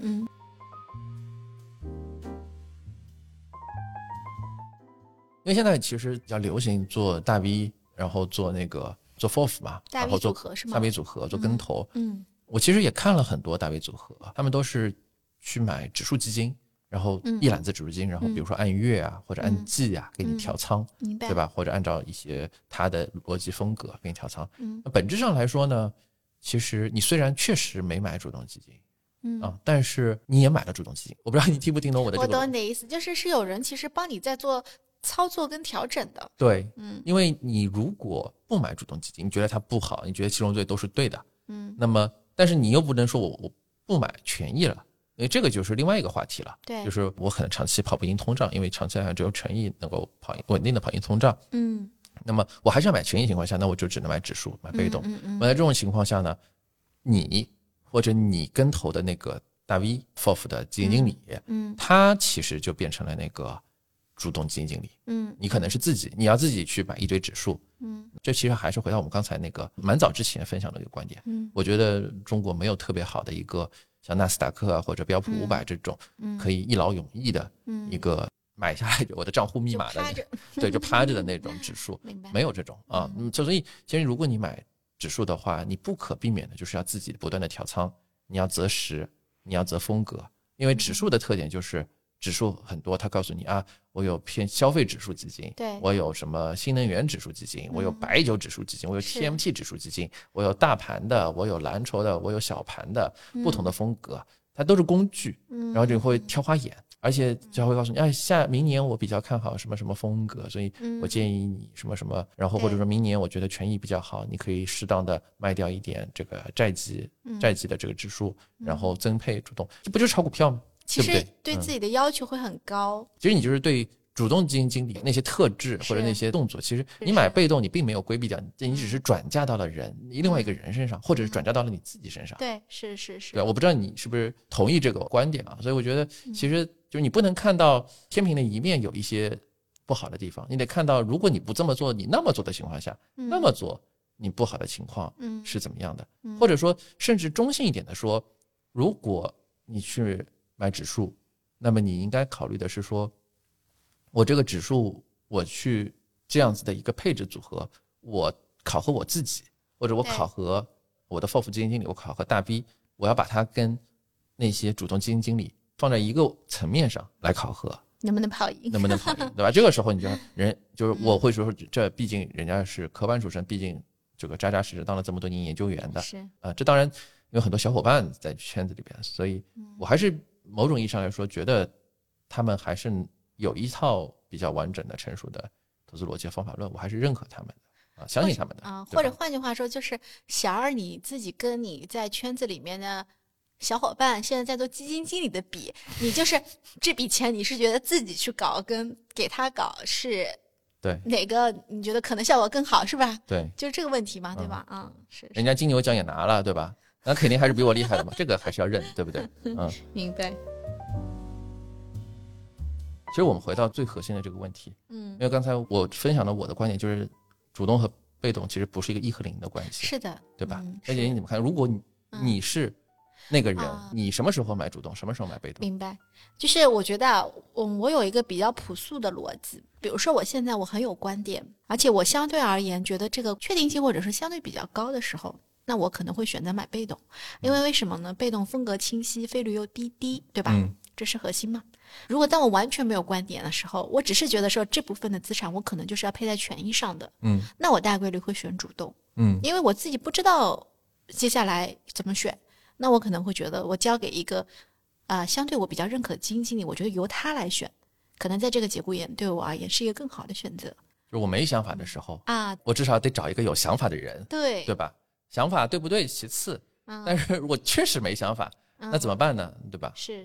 因为现在其实比较流行做大 V， 然后做做 FOF 嘛， 大 V 组合是吗？ 大 V 组合做跟投，我其实也看了很多大 V 组合，他们都是去买指数基金，然后一揽子指数基金，然后比如说按月或者按季给你调仓，对吧？或者按照一些它的逻辑风格给你调仓。那本质上来说呢，其实你虽然确实没买主动基金，但是你也买了主动基金。我不知道你听不听懂我的这个。 我懂你的意思，就是有人其实帮你在做操作跟调整的。 对，因为你如果不买主动基金，你觉得它不好，你觉得七宗罪都是对的，那么但是你又不能说我不买权益了，因为这个就是另外一个话题了。 对， 就是我可能长期跑不赢通胀，因为长期来看只有权益能够稳定的跑赢通胀。那么我还是要买权益情况下，那我就只能买指数，买被动。那在这种情况下呢，你或者你跟投的那个大 V FOF 的基金经理，他其实就变成了那个主动基金经理。你可能是你要自己去买一堆指数。这其实还是回到我们刚才那个蛮早之前分享的一个观点。我觉得中国没有特别好的一个像纳斯达克或者标普500这种可以一劳永逸的一个买下来我的账户密码的，对，就趴着的那种指数，没有这种所以其实如果你买指数的话，你不可避免的就是要自己不断的调仓，你要择时，你要择风格，因为指数的特点就是指数很多，它告诉你我有偏消费指数基金， 对， 我有什么新能源指数基金，我有白酒指数基金，我有 TMT 指数基金，我有大盘的，我有蓝筹的，我有小盘的，不同的风格，它都是工具，然后就会挑花眼，而且就会告诉你明年我比较看好什么什么风格，所以我建议你什么什么，然后或者说明年我觉得权益比较好，你可以适当的卖掉一点这个债基的这个指数，然后增配主动，这不就是炒股票吗？ 其实对自己的要求会很高。 其实你就是对主动基金经理那些特质或者那些动作，其实你买被动你并没有规避掉，你只是转嫁到了另外一个人身上，或者是转嫁到了你自己身上。 对，是。 对，我不知道你是不是同意这个观点啊？所以我觉得其实就是你不能看到天平的一面有一些不好的地方，你得看到如果你不这么做，你那么做的情况下，那么做你不好的情况是怎么样的，或者说甚至中性一点的说，如果你去买指数，那么你应该考虑的是说，我这个指数我去这样子的一个配置组合，我考核我自己，或者我考核我的 FOF 基金经理，我考核大 B， 我要把它跟那些主动基金经理放在一个层面上来考核， 能不能跑赢， 对吧？这个时候你就是我会说，这毕竟人家是科班出身，毕竟这个扎扎实实当了这么多年研究员的， 是这当然有很多小伙伴在圈子里边，所以我还是某种意义上来说，觉得他们还是有一套比较完整的成熟的投资逻辑方法论，我还是认可他们的相信他们的或者换句话说，就是小二你自己跟你在圈子里面的小伙伴现在在做基金经理的比，你就是这笔钱你是觉得自己去搞跟给他搞是对哪个你觉得可能效果更好，是吧？ 对， 就是这个问题嘛，对吧？是人家金牛奖也拿了，对吧？那肯定还是比我厉害的嘛，这个还是要认，对不对？ 明白。 其实我们回到最核心的这个问题，因为刚才我分享了我的观点，就是主动和被动其实不是一个1和0的关系， 是的， 对吧？而且你怎么看？如果你是那个人，你什么时候买主动，什么时候买被动？ 明白。就是我觉得我有一个比较朴素的逻辑，比如说我现在我很有观点，而且我相对而言觉得这个确定性或者是相对比较高的时候，那我可能会选择买被动，因为什么呢？被动风格清晰，费率又低，对吧？这是核心嘛。如果当我完全没有观点的时候，我只是觉得说这部分的资产我可能就是要配在权益上的，那我大概率会选主动，因为我自己不知道接下来怎么选，那我可能会觉得我交给一个相对我比较认可的基金经理，我觉得由他来选，可能在这个节骨眼对我而言是一个更好的选择。 就是我没想法的时候我至少得找一个有想法的人，对吧？想法对不对其次，但是我确实没想法，那怎么办呢？对吧？ 是。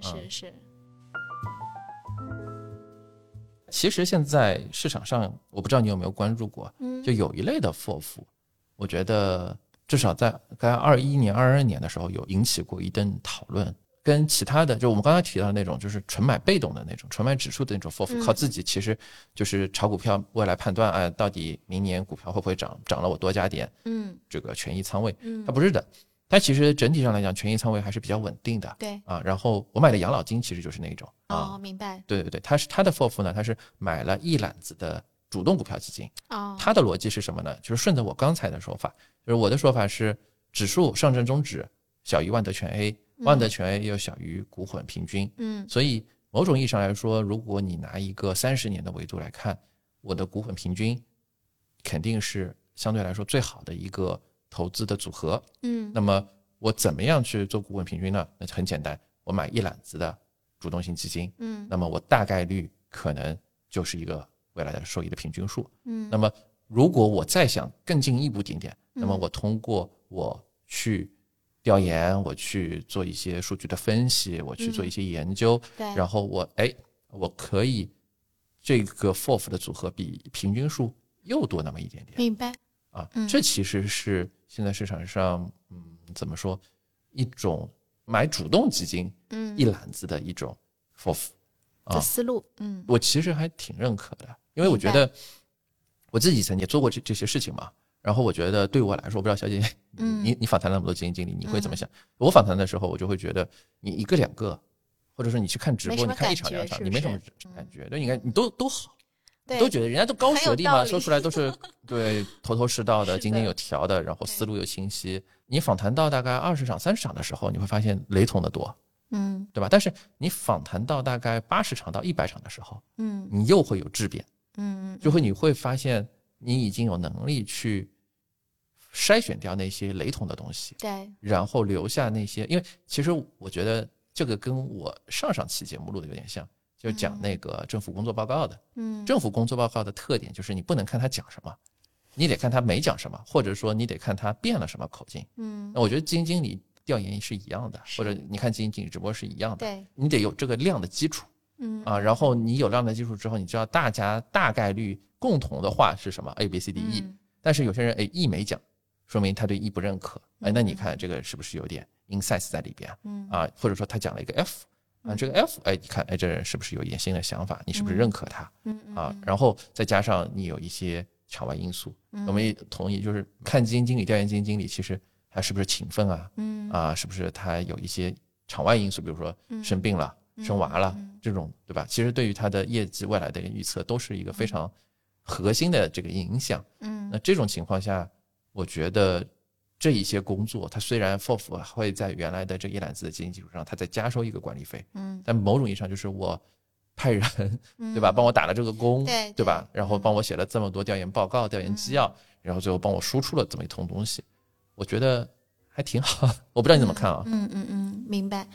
其实现在市场上，我不知道你有没有关注过，就有一类的 FOF， 我觉得至少在21年、22年的时候有引起过一顿讨论。跟其他的，就我们刚才提到的那种，就是纯买被动的那种，纯买指数的那种 FOF， 靠自己其实就是炒股票，未来判断到底明年股票会不会涨了我多加点，这个权益仓位，它不是的。它其实整体上来讲，权益仓位还是比较稳定的， 对然后我买的养老金其实就是那种明白， 对，它的 FOF 呢，它是买了一揽子的主动股票基金，它的逻辑是什么呢？就是顺着我刚才的说法，就是我的说法是指数上证综指小于万德全 A， 万德全 A 又小于股混平均，所以某种意义上来说，如果你拿一个30年的维度来看，我的股混平均肯定是相对来说最好的一个投资的组合，那么我怎么样去做股混平均呢？那很简单，我买一揽子的主动型基金，那么我大概率可能就是一个未来的收益的平均数，那么如果我再想更进一步点，那么我通过我去调研，我去做一些数据的分析，我去做一些研究，然后我可以这个 FOF 的组合比平均数又多那么一点点， 明白这其实是现在市场上怎么说一种买主动基金一揽子的一种 FOF 的思路， 我其实还挺认可的，因为我觉得我自己曾经也做过这些事情嘛。然后我觉得对我来说，我不知道小姐你访谈了那么多基金经理，你会怎么想？我访谈的时候，我就会觉得你一个两个，或者说你去看直播，你看一场两场，你没什么感觉，对，你看你都好，都觉得人家都高学历嘛，说出来都是对头头是道的，井井有条的，然后思路又清晰。你访谈到大概20场30场的时候，你会发现雷同的多，对吧？但是你访谈到大概80场到100场的时候，你又会有质变，你会发现你已经有能力去筛选掉那些雷同的东西， 对， 然后留下那些，因为其实我觉得这个跟我上期节目录的有点像，就讲那个政府工作报告的，政府工作报告的特点就是你不能看他讲什么，你得看他没讲什么，或者说你得看他变了什么口径，那我觉得基金经理调研是一样的，或者你看基金经理直播是一样的， 对， 你得有这个量的基础， 然后你有量的基础之后，你知道大家大概率共同的话是什么 A B C D E，但是有些人E 没讲，说明他对 E 不认可，那你看这个是不是有点 insights 在里边或者说他讲了一个 F。这个 F， 你看，这人是不是有一点新的想法？你是不是认可他？然后再加上你有一些场外因素，我们也同意，就是看基金经理、调研基金经理，其实他是不是勤奋是不是他有一些场外因素，比如说生病了、生娃了这种，对吧？其实对于他的业绩未来的预测都是一个非常核心的这个影响。那这种情况下，我觉得这一些工作，它虽然 FOF 会在原来的这一揽子的基金基础上，它再加收一个管理费，但某种意义上就是我派人，对吧？帮我打了这个工，对吧？然后帮我写了这么多调研报告、调研纪要，然后最后帮我输出了这么一通东西，我觉得还挺好。我不知道你怎么看啊？ 明白。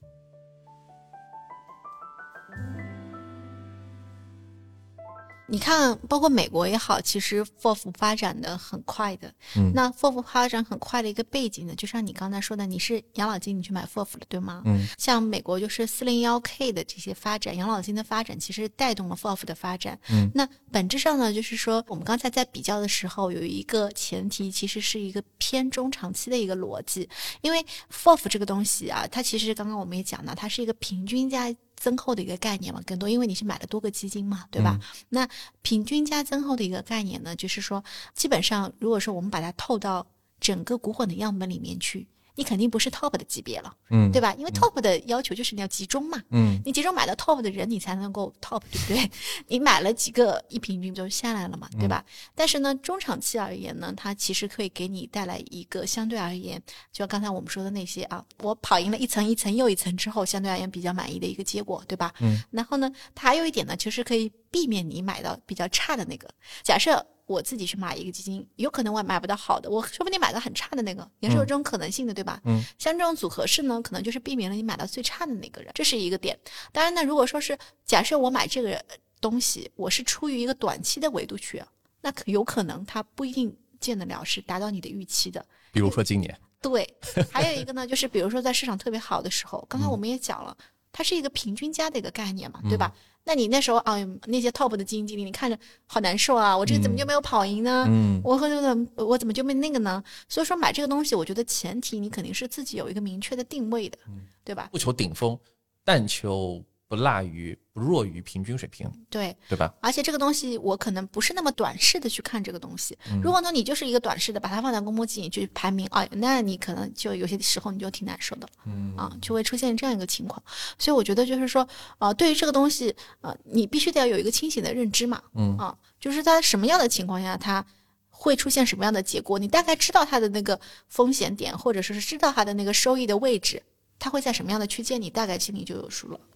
你看包括美国也好，其实 FOF 发展的很快的，那 FOF 发展很快的一个背景呢，就像你刚才说的，你是养老金你去买 FOF 了，对吗？像美国就是 401k 的这些发展，养老金的发展其实带动了 FOF 的发展。那本质上呢，就是说我们刚才在比较的时候有一个前提，其实是一个偏中长期的一个逻辑，因为 FOF 这个东西啊，它其实刚刚我们也讲了，它是一个平均加增厚的一个概念嘛，更多因为你是买了多个基金嘛，对吧？那平均加增厚的一个概念呢，就是说基本上如果说我们把它透到整个股混的样本里面去，你肯定不是 top 的级别了，对吧？因为 top 的要求就是你要集中嘛，你集中买到 top 的人，你才能够 top， 对不对？你买了几个一平均就下来了嘛，对吧？但是呢，中长期而言呢，它其实可以给你带来一个相对而言，就像刚才我们说的那些啊，我跑赢了一层一层又一层之后，相对而言比较满意的一个结果，对吧？然后呢，它还有一点呢，就是可以避免你买到比较差的那个。假设我自己去买一个基金，有可能我买不到好的，我说不定买到很差的那个，也是有这种可能性的，对吧？像这种组合式呢，可能就是避免了你买到最差的那个人，这是一个点。当然呢，如果说是假设我买这个东西，我是出于一个短期的维度去，那有可能它不一定见得了是达到你的预期的。 比如说今年， 对，还有一个呢，就是比如说在市场特别好的时候，刚才我们也讲了，它是一个平均加的一个概念嘛，对吧？那你那时候那些 top 的基金经理，你看着好难受啊！我这个怎么就没有跑赢呢？我怎么就没那个呢？所以说买这个东西，我觉得前提你肯定是自己有一个明确的定位的，对吧？ 不求顶峰，但求不弱于平均水平，对吧？ 而且这个东西我可能不是那么短视的去看这个东西。如果呢你就是一个短视的把它放在公募基金去排名，那你可能就有些时候你就挺难受的就会出现这样一个情况。所以我觉得就是说对于这个东西你必须得要有一个清醒的认知嘛，就是在什么样的情况下它会出现什么样的结果，你大概知道它的那个风险点，或者说是知道它的那个收益的位置，它会在什么样的区间，你大概心里就有数了。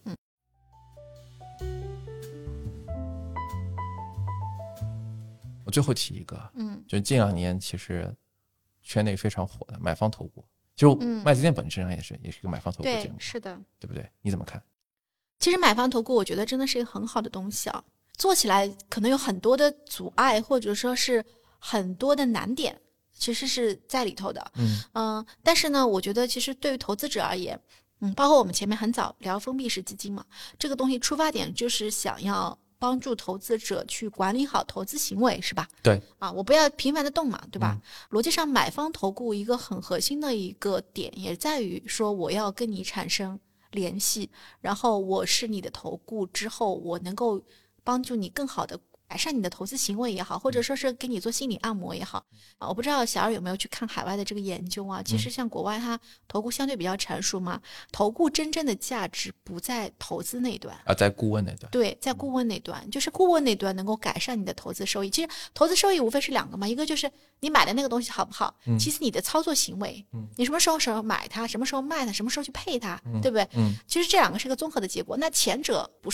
我最后提一个，就是近2年其实圈内非常火的买方投顾，其实麦子店本质上也是一个买方投顾节目， 对，是的， 对不对？你怎么看？ 其实买方投顾我觉得真的是一个很好的东西啊，做起来可能有很多的阻碍，或者说是很多的难点，其实是在里头的。但是呢，我觉得其实对于投资者而言，包括我们前面很早聊封闭式基金嘛，这个东西出发点就是想要帮助投资者去管理好投资行为，是吧？ 对我不要频繁的动嘛，对吧？逻辑上买方投顾一个很核心的一个点也在于说，我要跟你产生联系，然后我是你的投顾之后，我能够帮助你更好的改善你的投资行为也好，或者说是给你做心理按摩也好我不知道小二有没有去看海外的这个研究啊？其实像国外它投顾相对比较成熟嘛，投顾真正的价值不在投资那端在顾问那端。 对，在顾问那端，就是顾问那端能够改善你的投资收益。其实投资收益无非是2个嘛，一个就是你买的那个东西好不好，其次你的操作行为，你什么时候买它，什么时候卖它，什么时候去配它，对不对？其实这2个是个综合的结果。那前者不是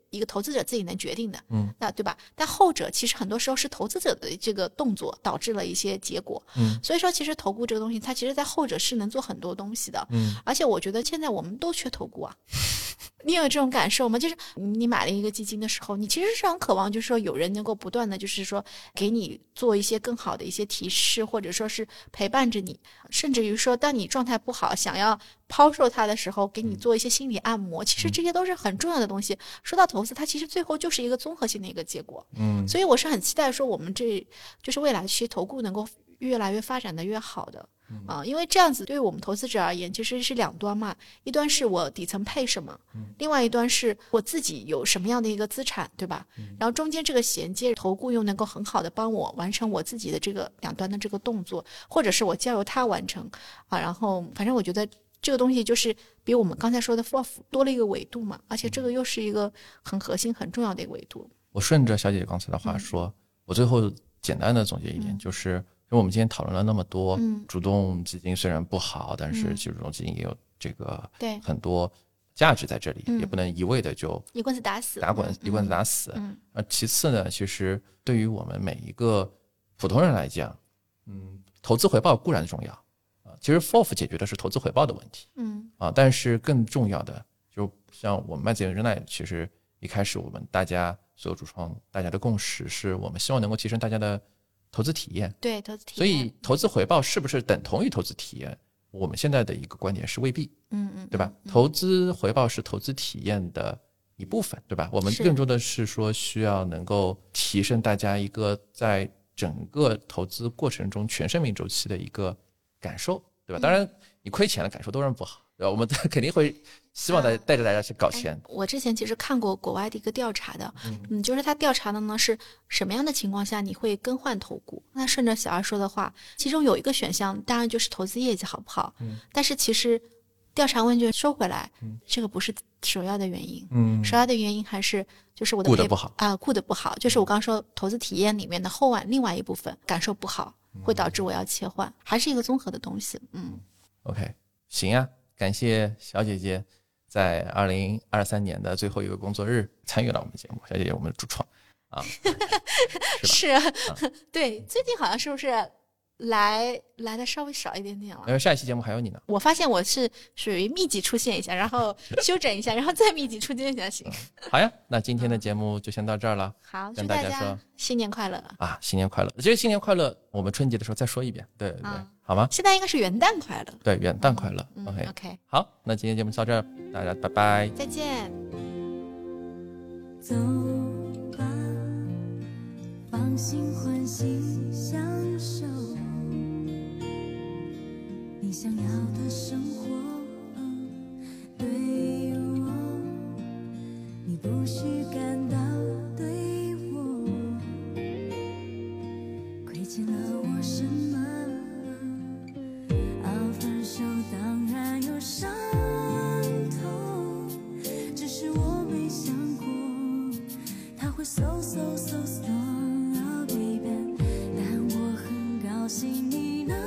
一个投资者自己能决定的，那对吧？但后者其实很多时候是投资者的这个动作导致了一些结果，所以说其实投顾这个东西，它其实在后者是能做很多东西的，而且我觉得现在我们都缺投顾啊。你有这种感受吗？就是你买了一个基金的时候，你其实是很渴望，就是说有人能够不断的，就是说给你做一些更好的一些提示，或者说是陪伴着你，甚至于说当你状态不好，想要抛售它的时候，给你做一些心理按摩。其实这些都是很重要的东西。说到投资，它其实最后就是一个综合性的一个结果。所以我是很期待说我们这就是未来其实投顾能够越来越发展的越好的。因为这样子对于我们投资者而言其实是两端嘛，一端是我底层配什么，另外一端是我自己有什么样的一个资产，对吧？然后中间这个衔接，投顾又能够很好的帮我完成我自己的这个两端的这个动作，或者是我交由他完成然后反正我觉得这个东西就是比我们刚才说的 FOF 多了一个维度嘛，而且这个又是一个很核心很重要的一个维度。 我顺着小姐姐刚才的话说，我最后简单的总结一点，就是因为我们今天讨论了那么多，主动基金虽然不好，但是其实主动基金也有这个很多价值在这里，也不能一味的就一棍子打死。 其次呢，其实对于我们每一个普通人来讲，投资回报固然重要其实 FOF 解决的是投资回报的问题，但是更重要的，就像我们麦子元真奈，其实一开始我们大家所有主创大家的共识是我们希望能够提升大家的投资体验， 对投资体验， 所以投资回报是不是等同于投资体验？我们现在的一个观点是未必，对吧？投资回报是投资体验的一部分，对吧？我们更多的是说需要能够提升大家一个在整个投资过程中全生命周期的一个感受，对吧？当然你亏钱的感受当然不好，对吧？我们肯定会希望带着大家去搞钱。 我之前其实看过国外的一个调查的，就是他调查的呢是什么样的情况下你会更换投顾。那顺着小二说的话，其中有一个选项当然就是投资业绩好不好，但是其实调查问卷收回来，这个不是首要的原因，首要的原因还是就是我的顾得不好顾得不好，就是我刚说投资体验里面的后另外一部分感受不好，会导致我要切换，还是一个综合的东西。 OK， 行啊，感谢小姐姐在2023年的最后一个工作日参与了我们节目，小姐姐我们的主创是对，最近好像是不是来的稍微少一点点了？ 因为下一期节目还有你呢。 我发现我是属于密集出现一下，然后休整一下，然后再密集出现一下，行。 好呀，那今天的节目就先到这儿了。 好， 跟大家说新年快乐啊！新年快乐！其实新年快乐，我们春节的时候再说一遍，对对，好吗？ 现在应该是元旦快乐。 对，元旦快乐。 OK， 好，那今天节目到这儿，大家拜拜， 再见。 走吧，放心欢喜享受你想要的生活，对我，你不需感到对我亏欠了我什么？分手当然有伤痛，只是我没想过他会 so strong，oh baby， 但我很高兴你能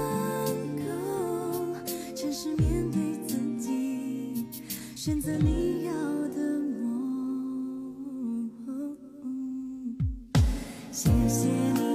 够诚实面对自己，选择你要的我。谢谢你